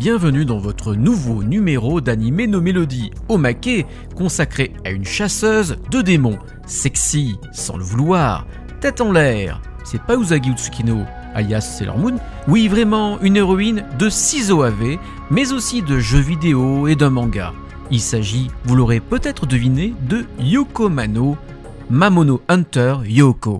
bienvenue dans votre nouveau numéro d'Anime no Melody Omake, consacré à une chasseuse de démons, sexy, sans le vouloir, tête en l'air. C'est pas Usagi Utsukino, alias Sailor Moon. Oui, vraiment une héroïne de 6 OAV, mais aussi de jeux vidéo et d'un manga. Il s'agit, vous l'aurez peut-être deviné, de Yoko Mano, Mamono Hunter Yoko.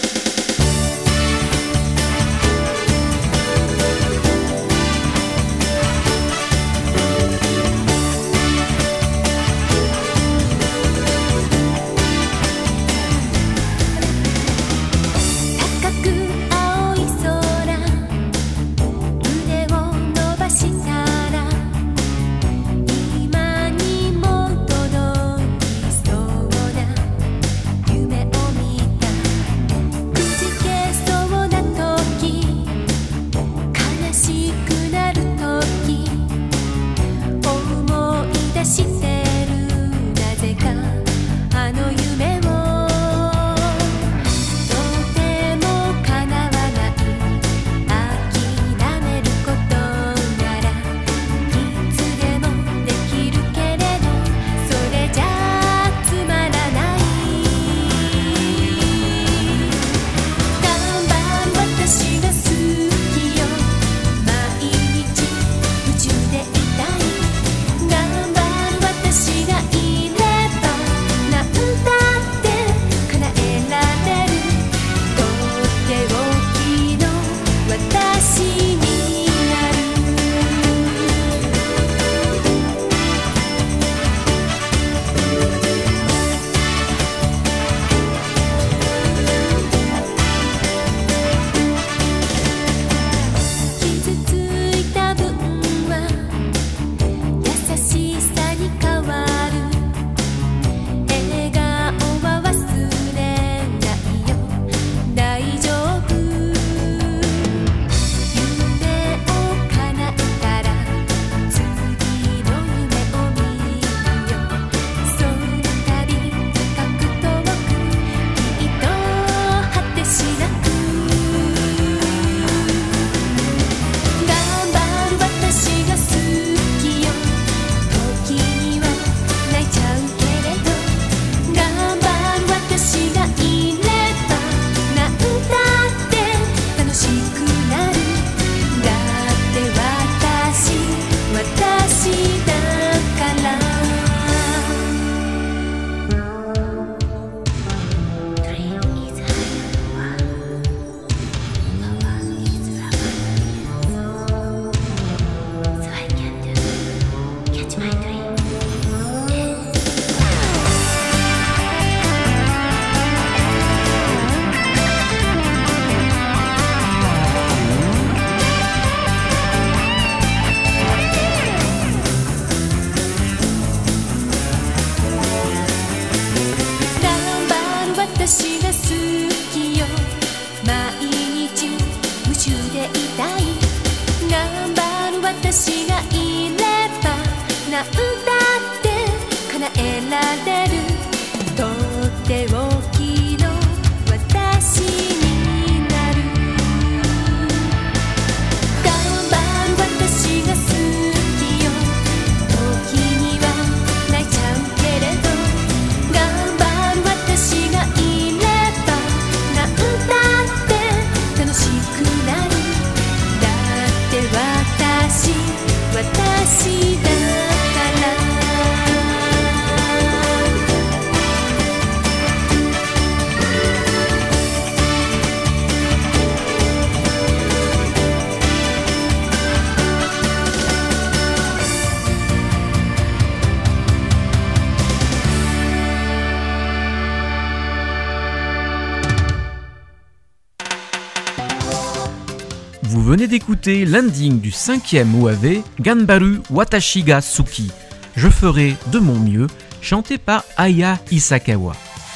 Vous venez d'écouter l'ending du 5e OAV Ganbaru Watashi ga Suki. Je ferai de mon mieux, chanté par Aya Isakawa.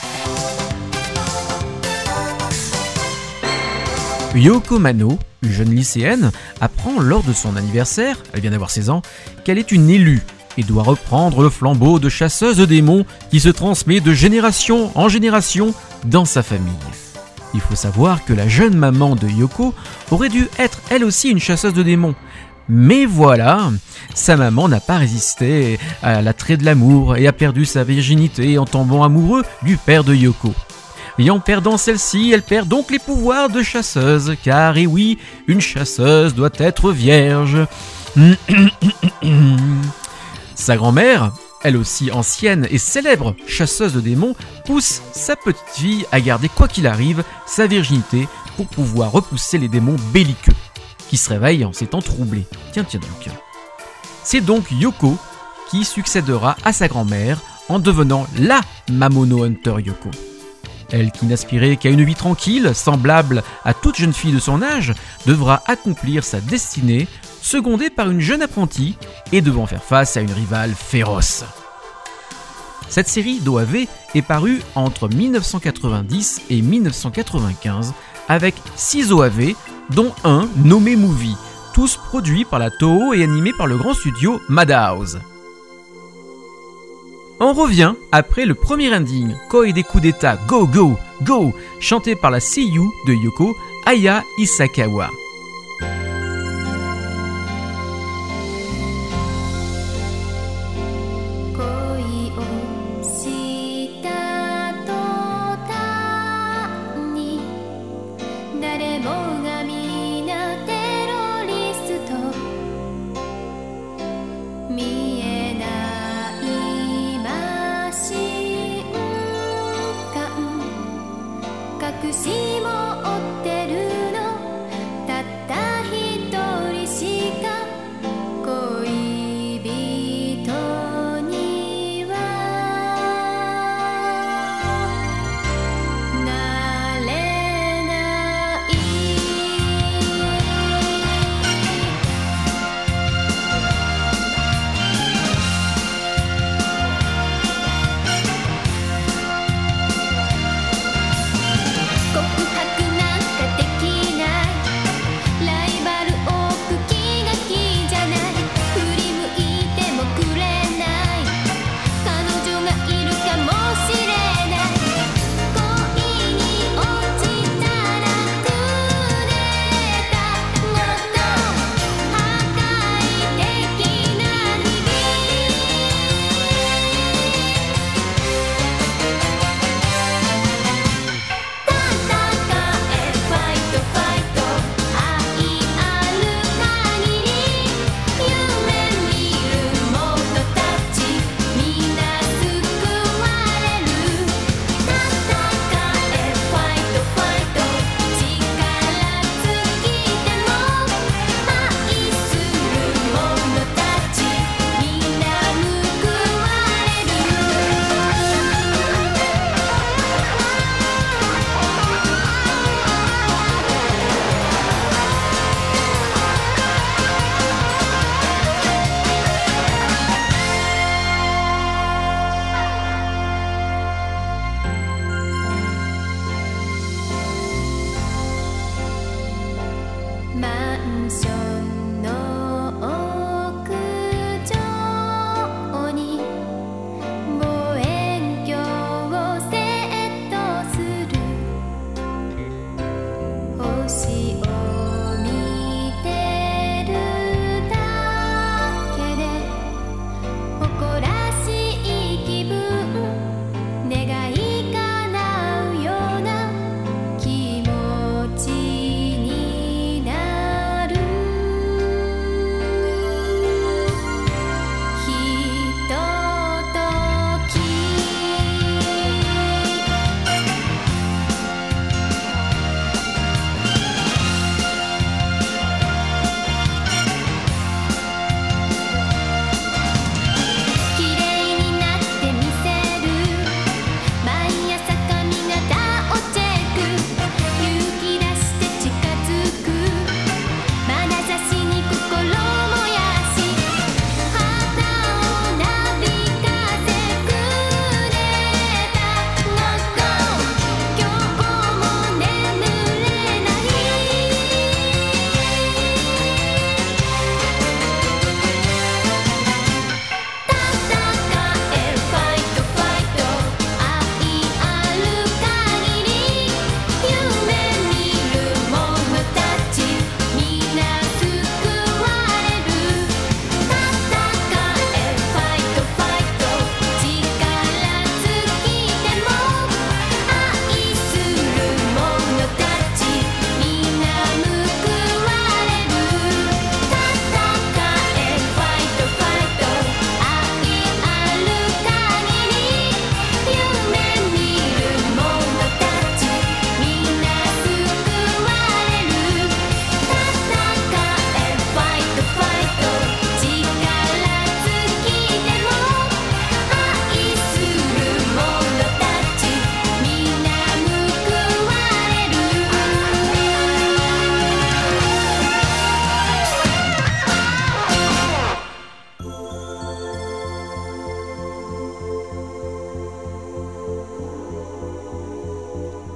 Yoko Mano, une jeune lycéenne, apprend lors de son anniversaire, elle vient d'avoir 16 ans, qu'elle est une élue et doit reprendre le flambeau de chasseuse de démons qui se transmet de génération en génération dans sa famille. Il faut savoir que la jeune maman de Yoko aurait dû être elle aussi une chasseuse de démons, Mais voilà, sa maman n'a pas résisté à l'attrait de l'amour et a perdu sa virginité en tombant amoureux du père de Yoko. Et en perdant celle-ci, elle perd donc les pouvoirs de chasseuse, car et oui, une chasseuse doit être vierge. Sa grand-mère, elle aussi ancienne et célèbre chasseuse de démons, pousse sa petite fille à garder quoi qu'il arrive sa virginité pour pouvoir repousser les démons belliqueux, qui se réveillent en s'étant troublés. Tiens donc. C'est donc Yoko qui succédera à sa grand-mère en devenant la Mamono Hunter Yoko. Elle qui n'aspirait qu'à une vie tranquille, semblable à toute jeune fille de son âge, devra accomplir sa destinée, secondée par une jeune apprentie et devant faire face à une rivale féroce. Cette série d'OAV est parue entre 1990 et 1995 avec 6 OAV, dont un nommé Movie, tous produits par la Toho et animés par le grand studio Madhouse. On revient après le premier ending, Koe Deku Deta Go Go Go, chanté par la seiyuu de Yoko, Aya Isakawa. 「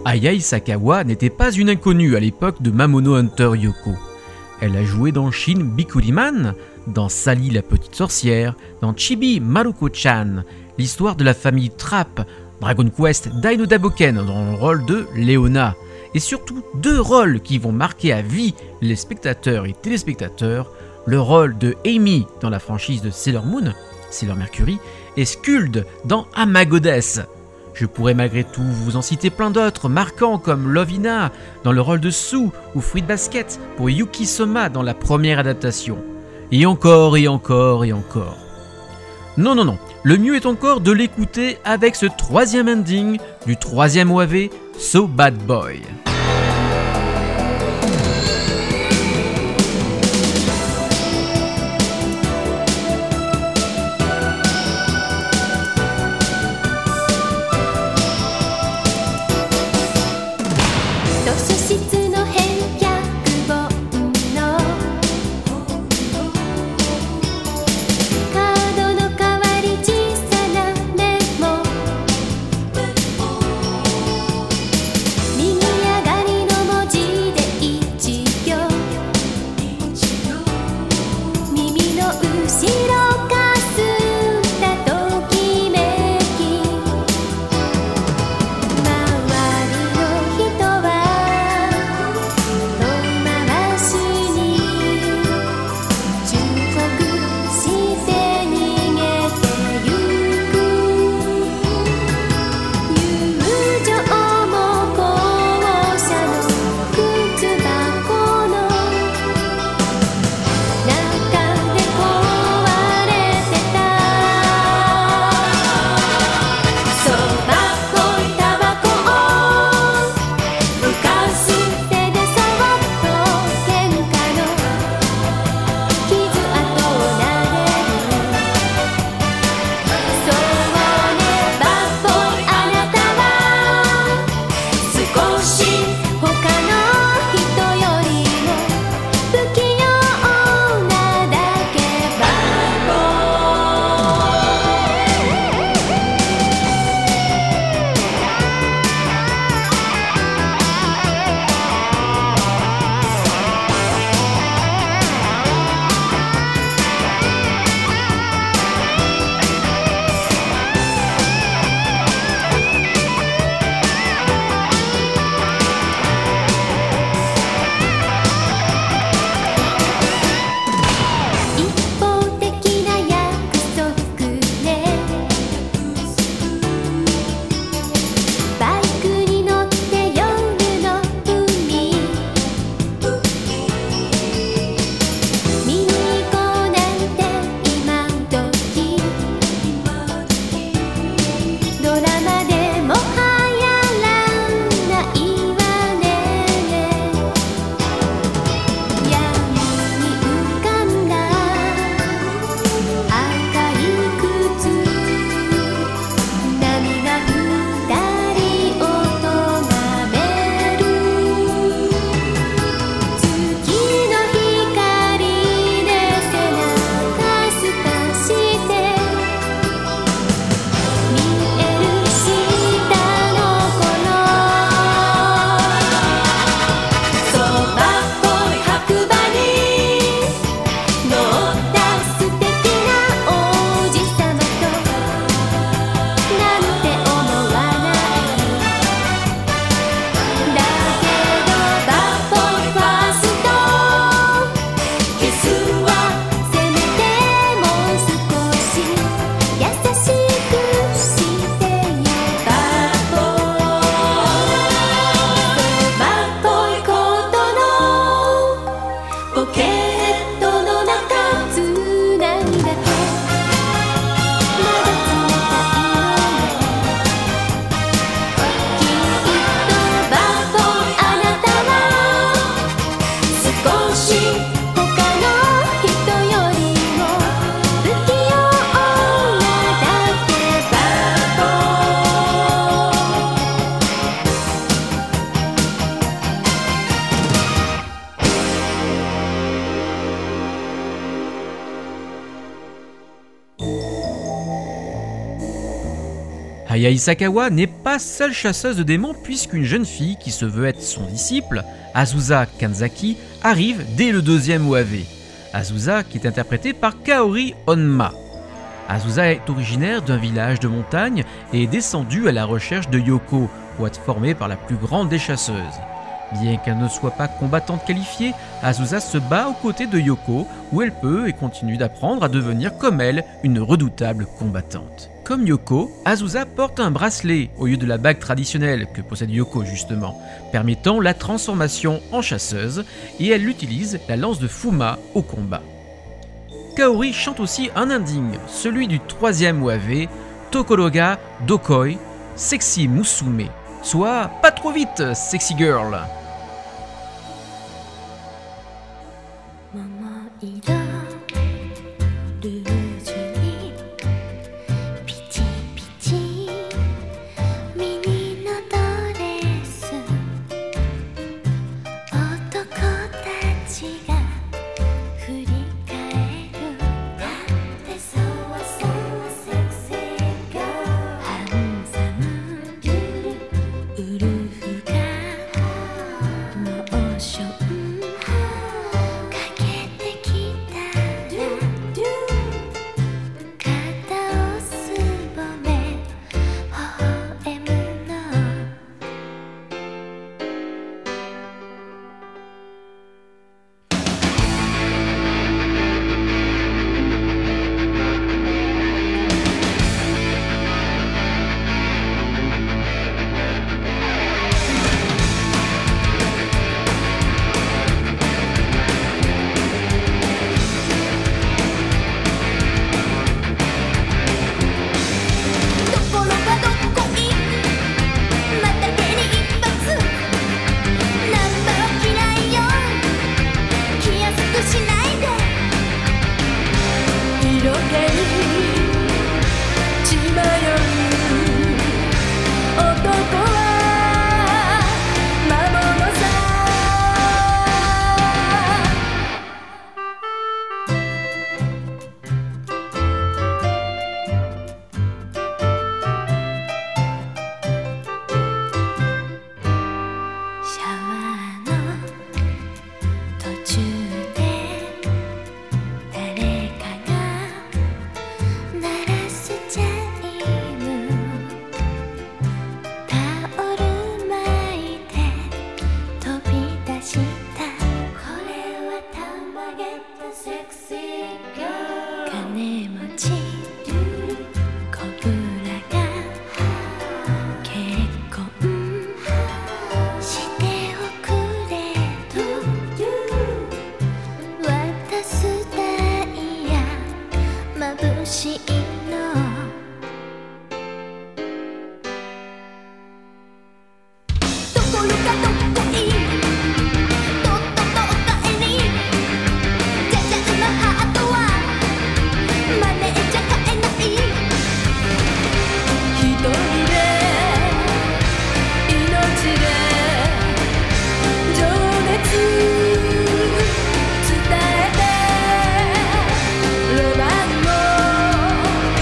Aya Isakawa n'était pas une inconnue à l'époque de Mamono Hunter Yoko. Elle a joué dans Shin Bikuriman, dans Sally la petite sorcière, dans Chibi Maruko-chan, l'histoire de la famille Trapp, Dragon Quest Dino Daboken dans le rôle de Leona, et surtout 2 rôles qui vont marquer à vie les spectateurs et téléspectateurs, le rôle de Amy dans la franchise de Sailor Moon, Sailor Mercury, et Skuld dans Amagodes. Je pourrais malgré tout vous en citer plein d'autres, marquants comme Lovina dans le rôle de Sue ou Fruit Basket pour Yuki Soma dans la première adaptation. Et encore et encore et encore. Non, le mieux est encore de l'écouter avec ce 3e ending du 3e OAV, So Bad Boy. 右や Aya Isakawa n'est pas seule chasseuse de démons puisqu'une jeune fille qui se veut être son disciple, Azusa Kanzaki, arrive dès le 2e OAV. Azusa qui est interprétée par Kaori Honma. Azusa est originaire d'un village de montagne et est descendue à la recherche de Yoko pour être formée par la plus grande des chasseuses. Bien qu'elle ne soit pas combattante qualifiée, Azusa se bat aux côtés de Yoko où elle peut et continue d'apprendre à devenir comme elle une redoutable combattante. Comme Yoko, Azusa porte un bracelet au lieu de la bague traditionnelle que possède Yoko justement, permettant la transformation en chasseuse et elle utilise la lance de Fuma au combat. Kaori chante aussi un ending, celui du 3e OAV, Tokoroga Dokoi Sexy Musume, soit pas trop vite, sexy girl. 「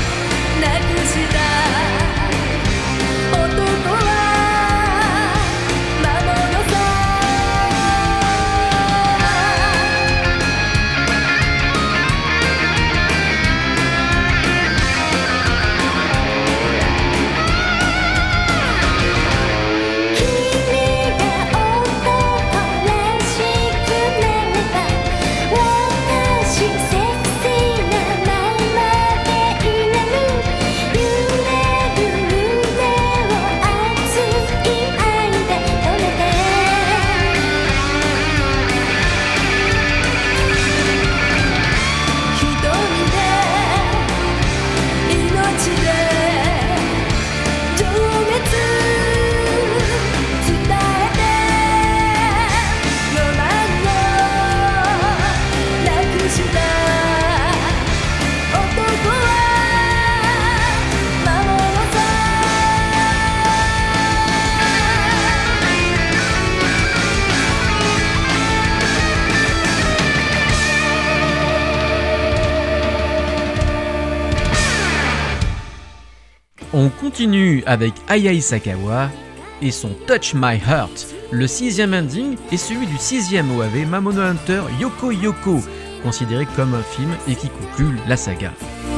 On continue avec Aya Isakawa et son Touch My Heart. Le 6e ending est celui du 6e OAV Mamono Hunter Yoko Yoko, considéré comme un film et qui conclut la saga.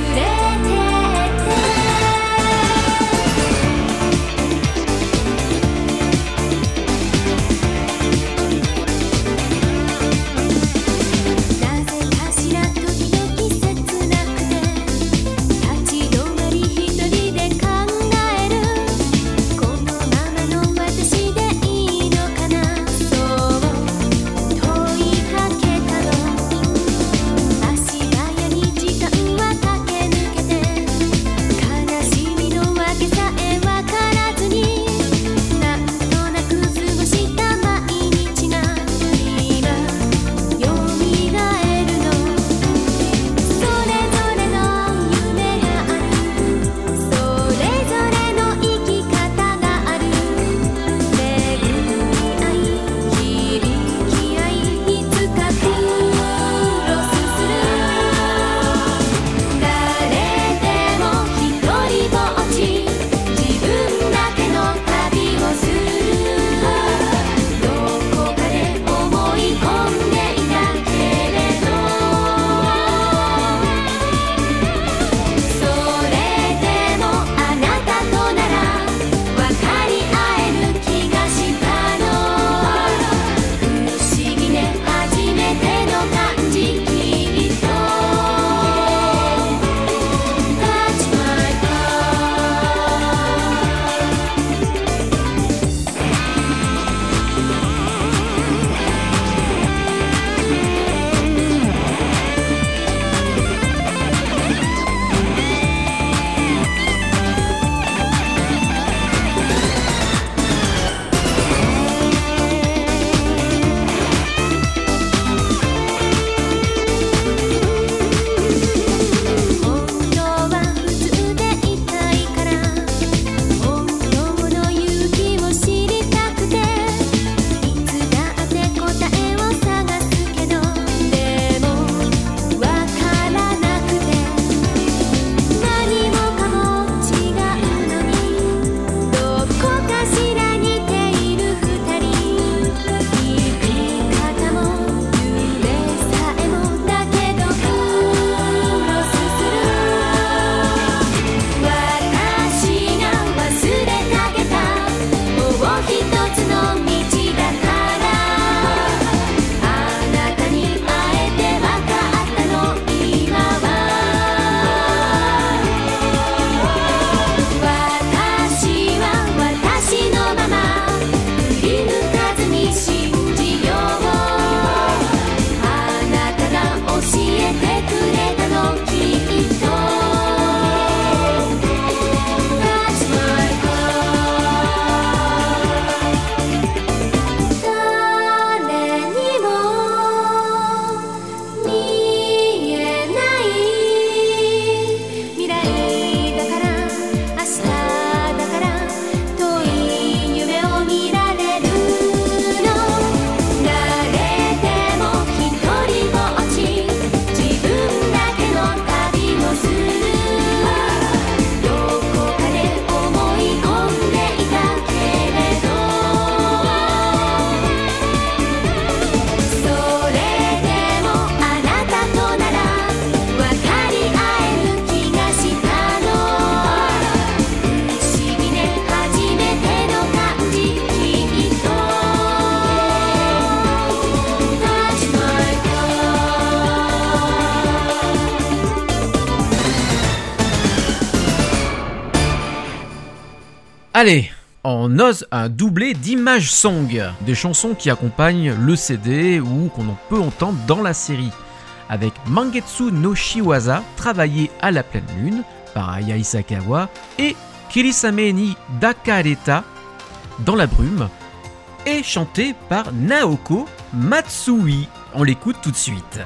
Allez, on ose un doublé d'Image Song, des chansons qui accompagnent le CD ou qu'on peut entendre dans la série, avec Mangetsu no Shiwaza, travaillé à la pleine lune par Aya Isakawa, et Kirisame ni Dakareta, dans la brume, et chanté par Naoko Matsui. On l'écoute tout de suite.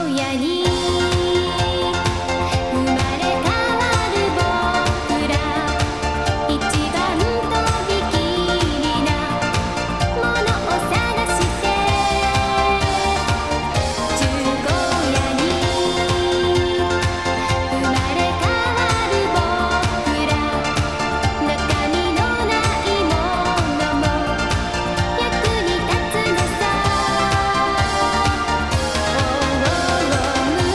屋に生まれ変わる僕ら一番とびきりなものを探して十五夜に生まれ変わる僕ら中身のないものも役に立つのさ。大を向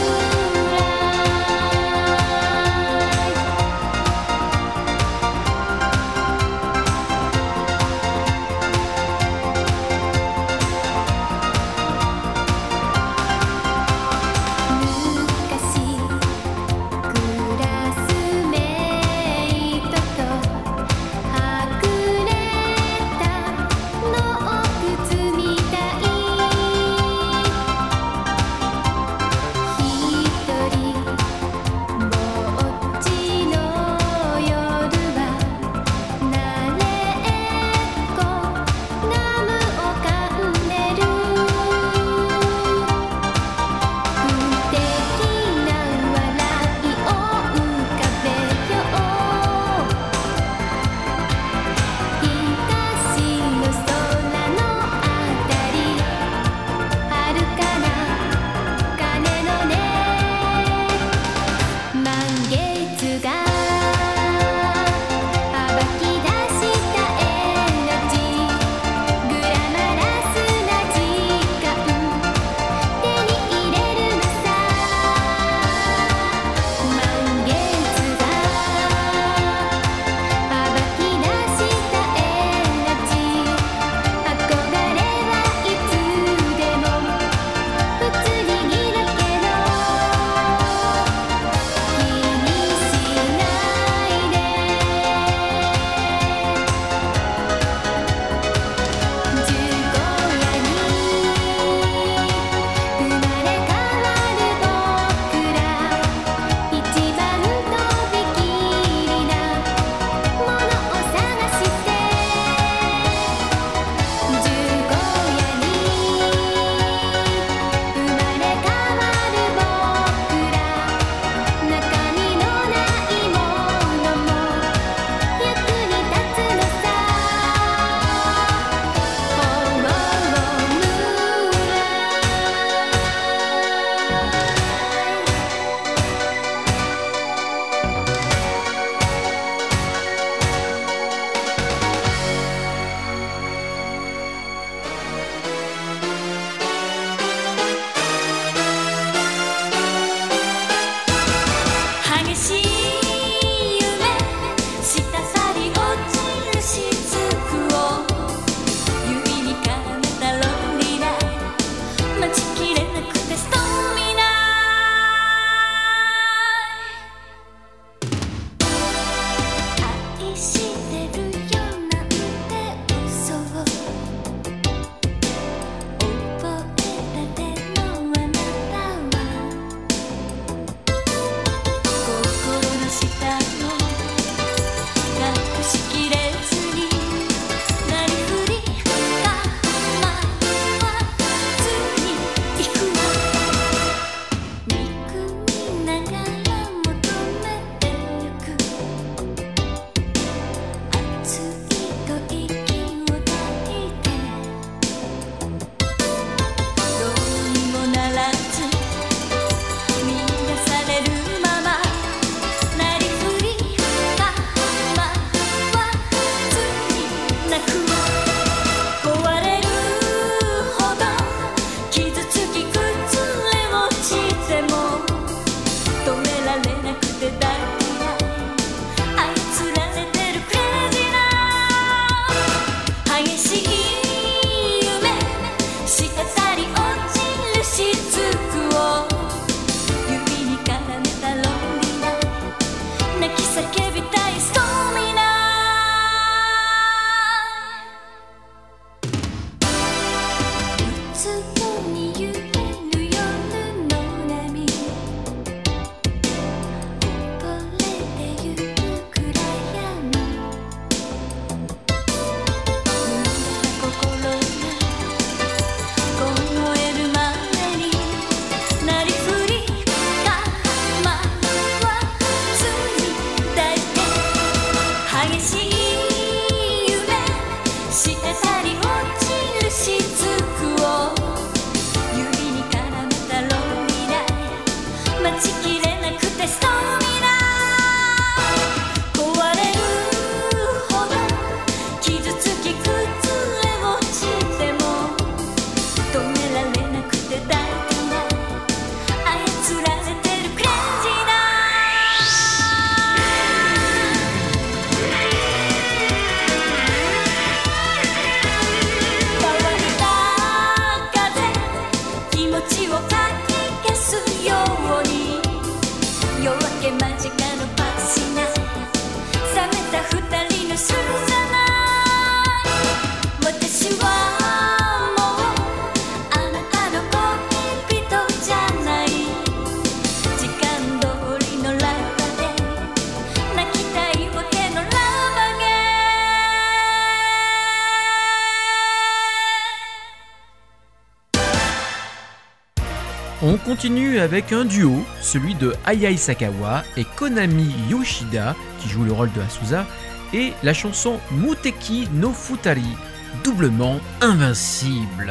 On continue avec un duo, celui de Ai Ai Sakawa et Konami Yoshida, qui joue le rôle de Asusa, et la chanson Muteki no Futari, doublement invincible.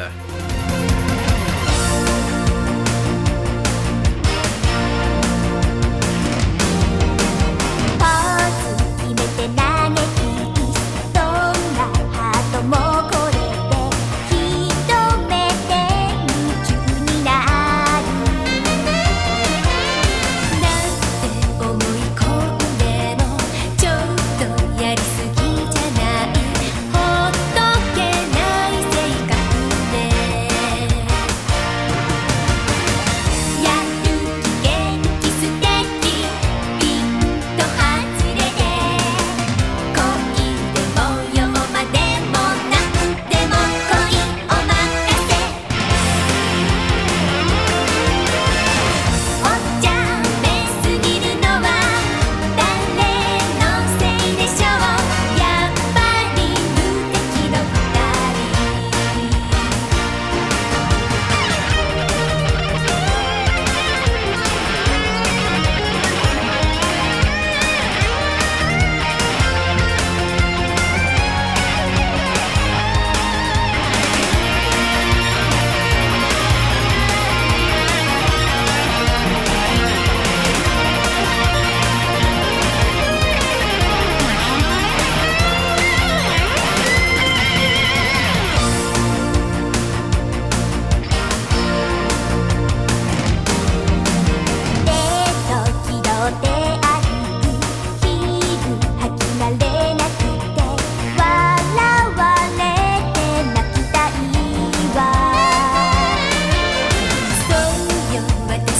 'Quoi ?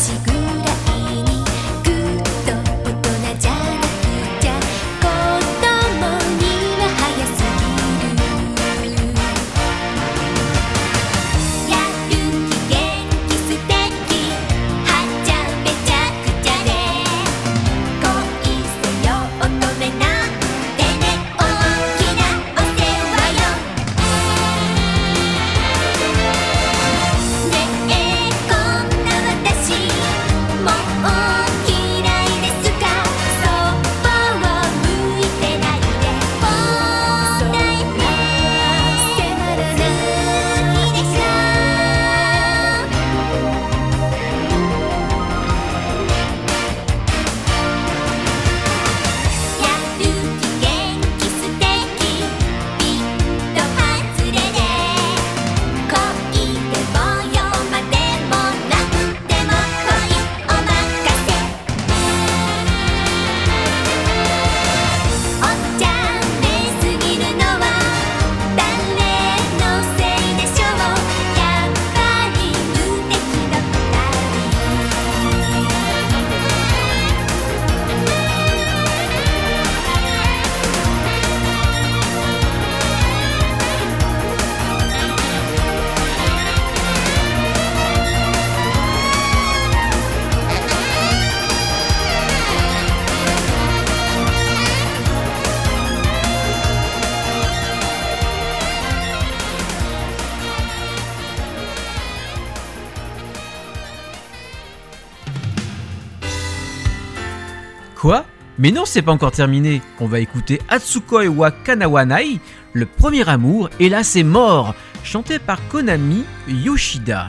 Mais non, c'est pas encore terminé. On va écouter Atsukoi wa Kanawanai, le premier amour, et là c'est mort, chanté par Konami Yoshida.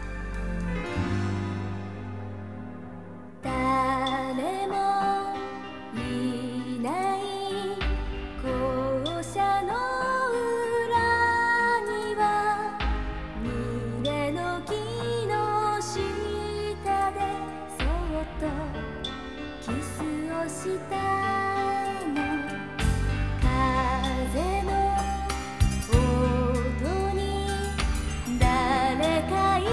誰もいない校舎の裏には胸の木の下でそっとキスをしたの風の音に誰か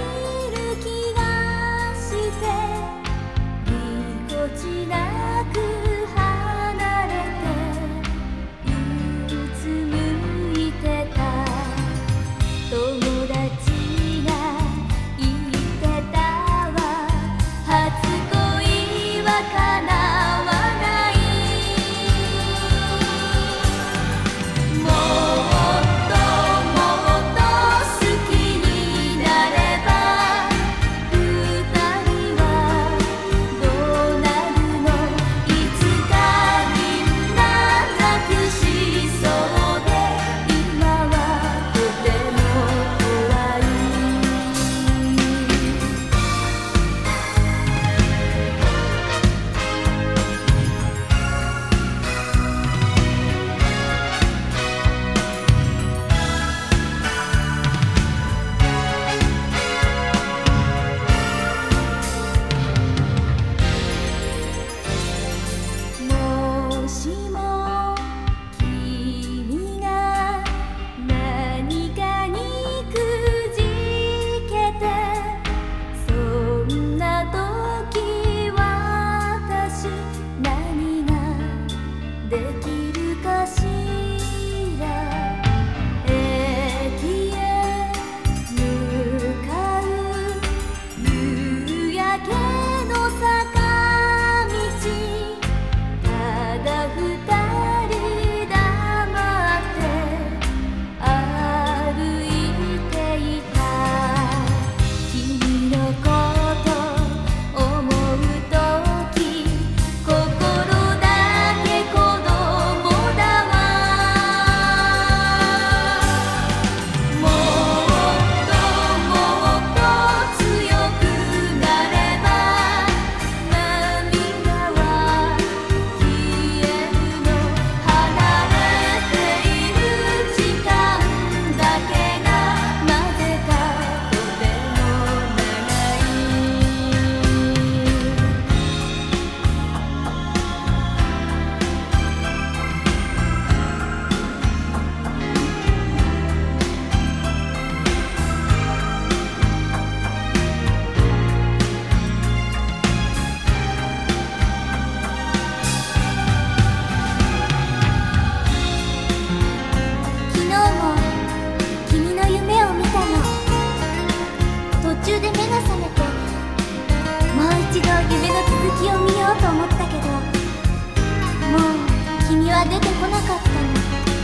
は出てこなかったの。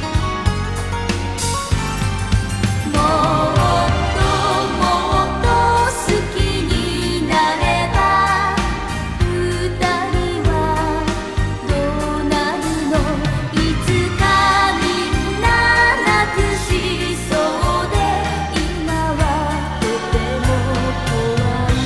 もっと好きになれば二人はどうなるの。いつかみんななくしそうで今はとても怖い。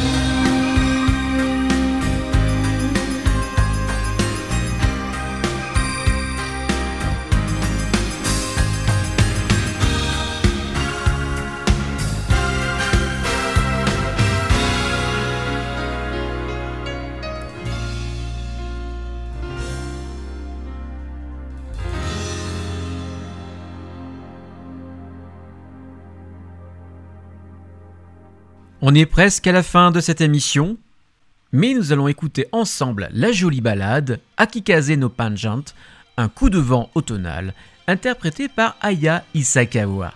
On est presque à la fin de cette émission, mais nous allons écouter ensemble la jolie ballade Akikaze no Panjant, un coup de vent automnal, interprété par Aya Isakawa.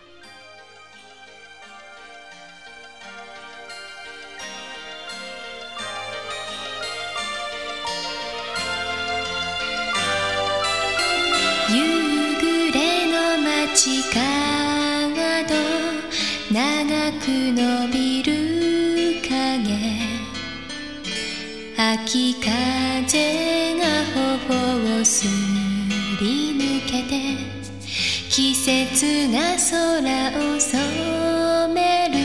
秋風が頬をすり抜けて季節が空を染める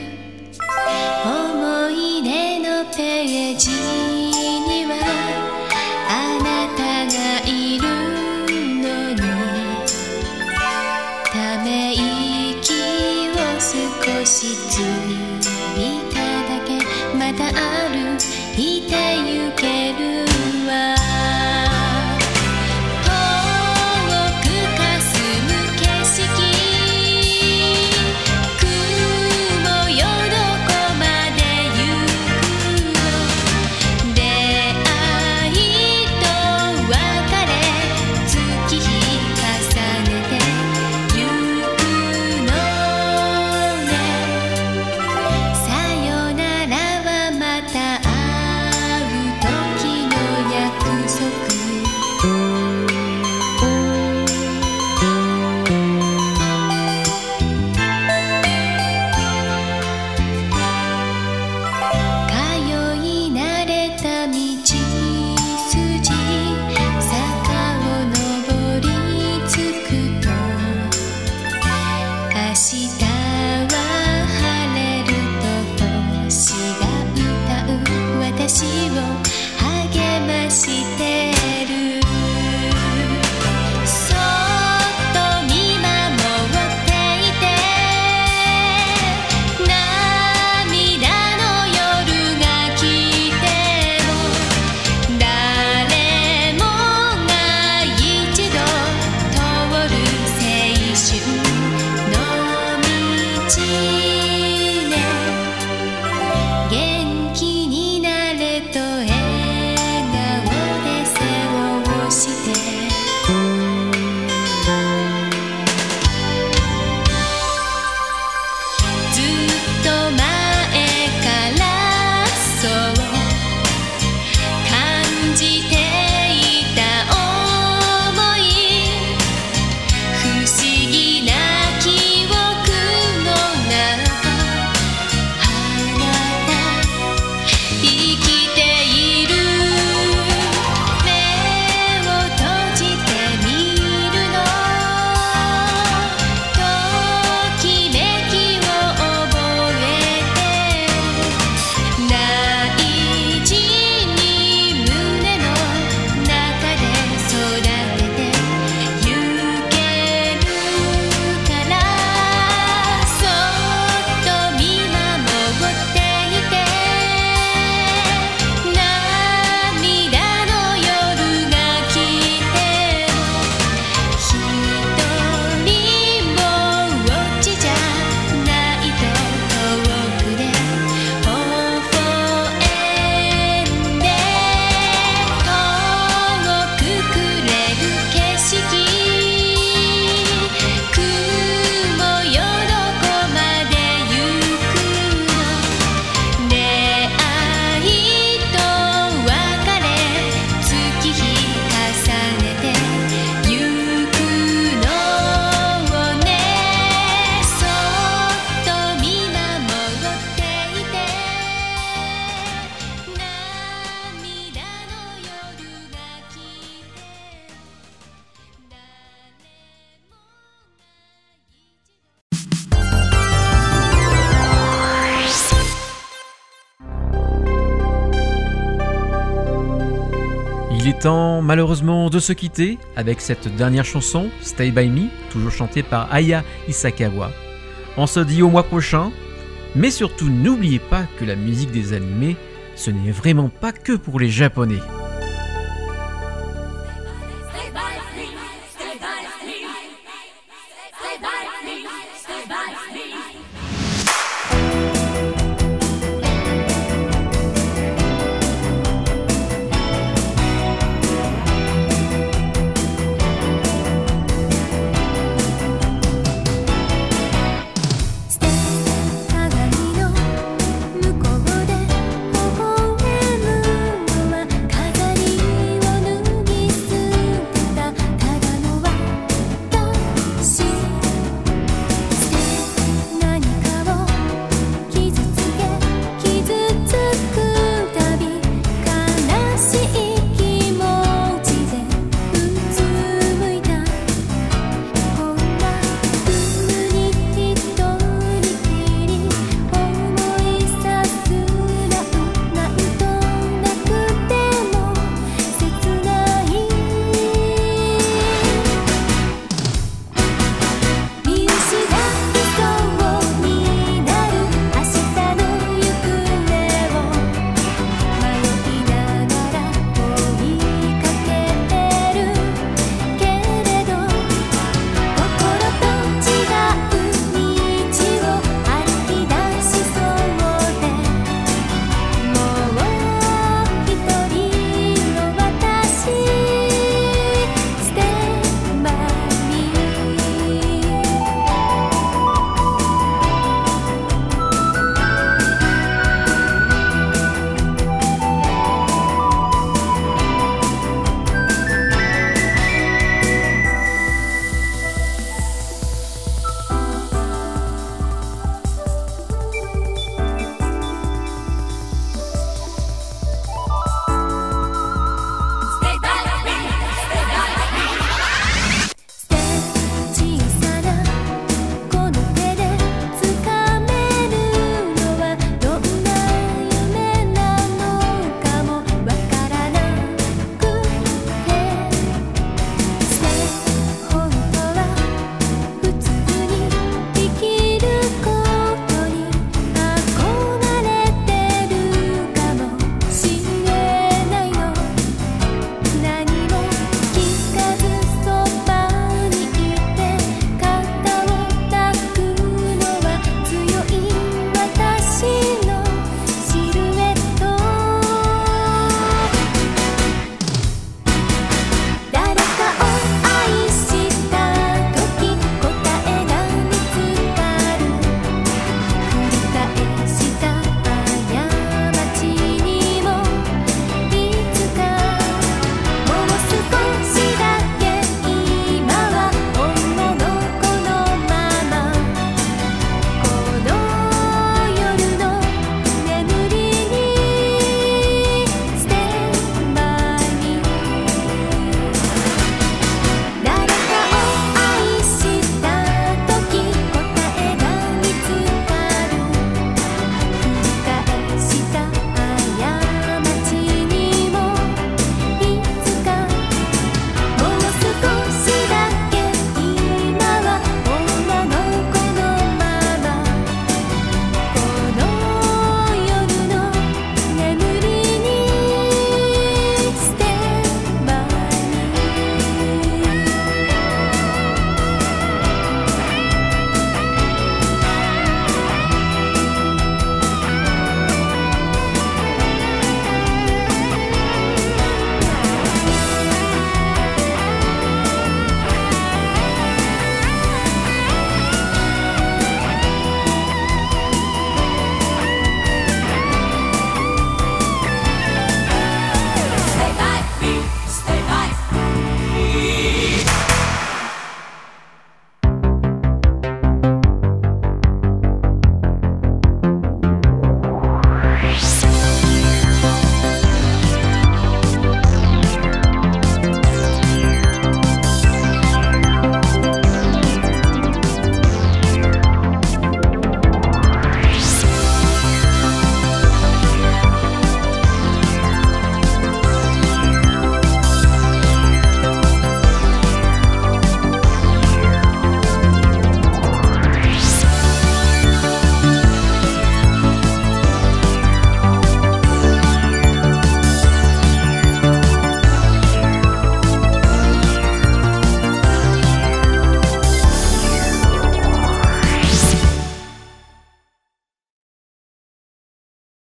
思い出のページにはあなたがいるのにため息を少しついただけまた歩いてゆけるわ遠く霞む景色雲よどこまで行くの出会いと別れ月日重ねてゆくのねさよならはまた元気になれと笑顔で Il est temps malheureusement de se quitter avec cette dernière chanson, Stay By Me, toujours chantée par Aya Isakawa. On se dit au mois prochain, mais surtout n'oubliez pas que la musique des animés, ce n'est vraiment pas que pour les Japonais.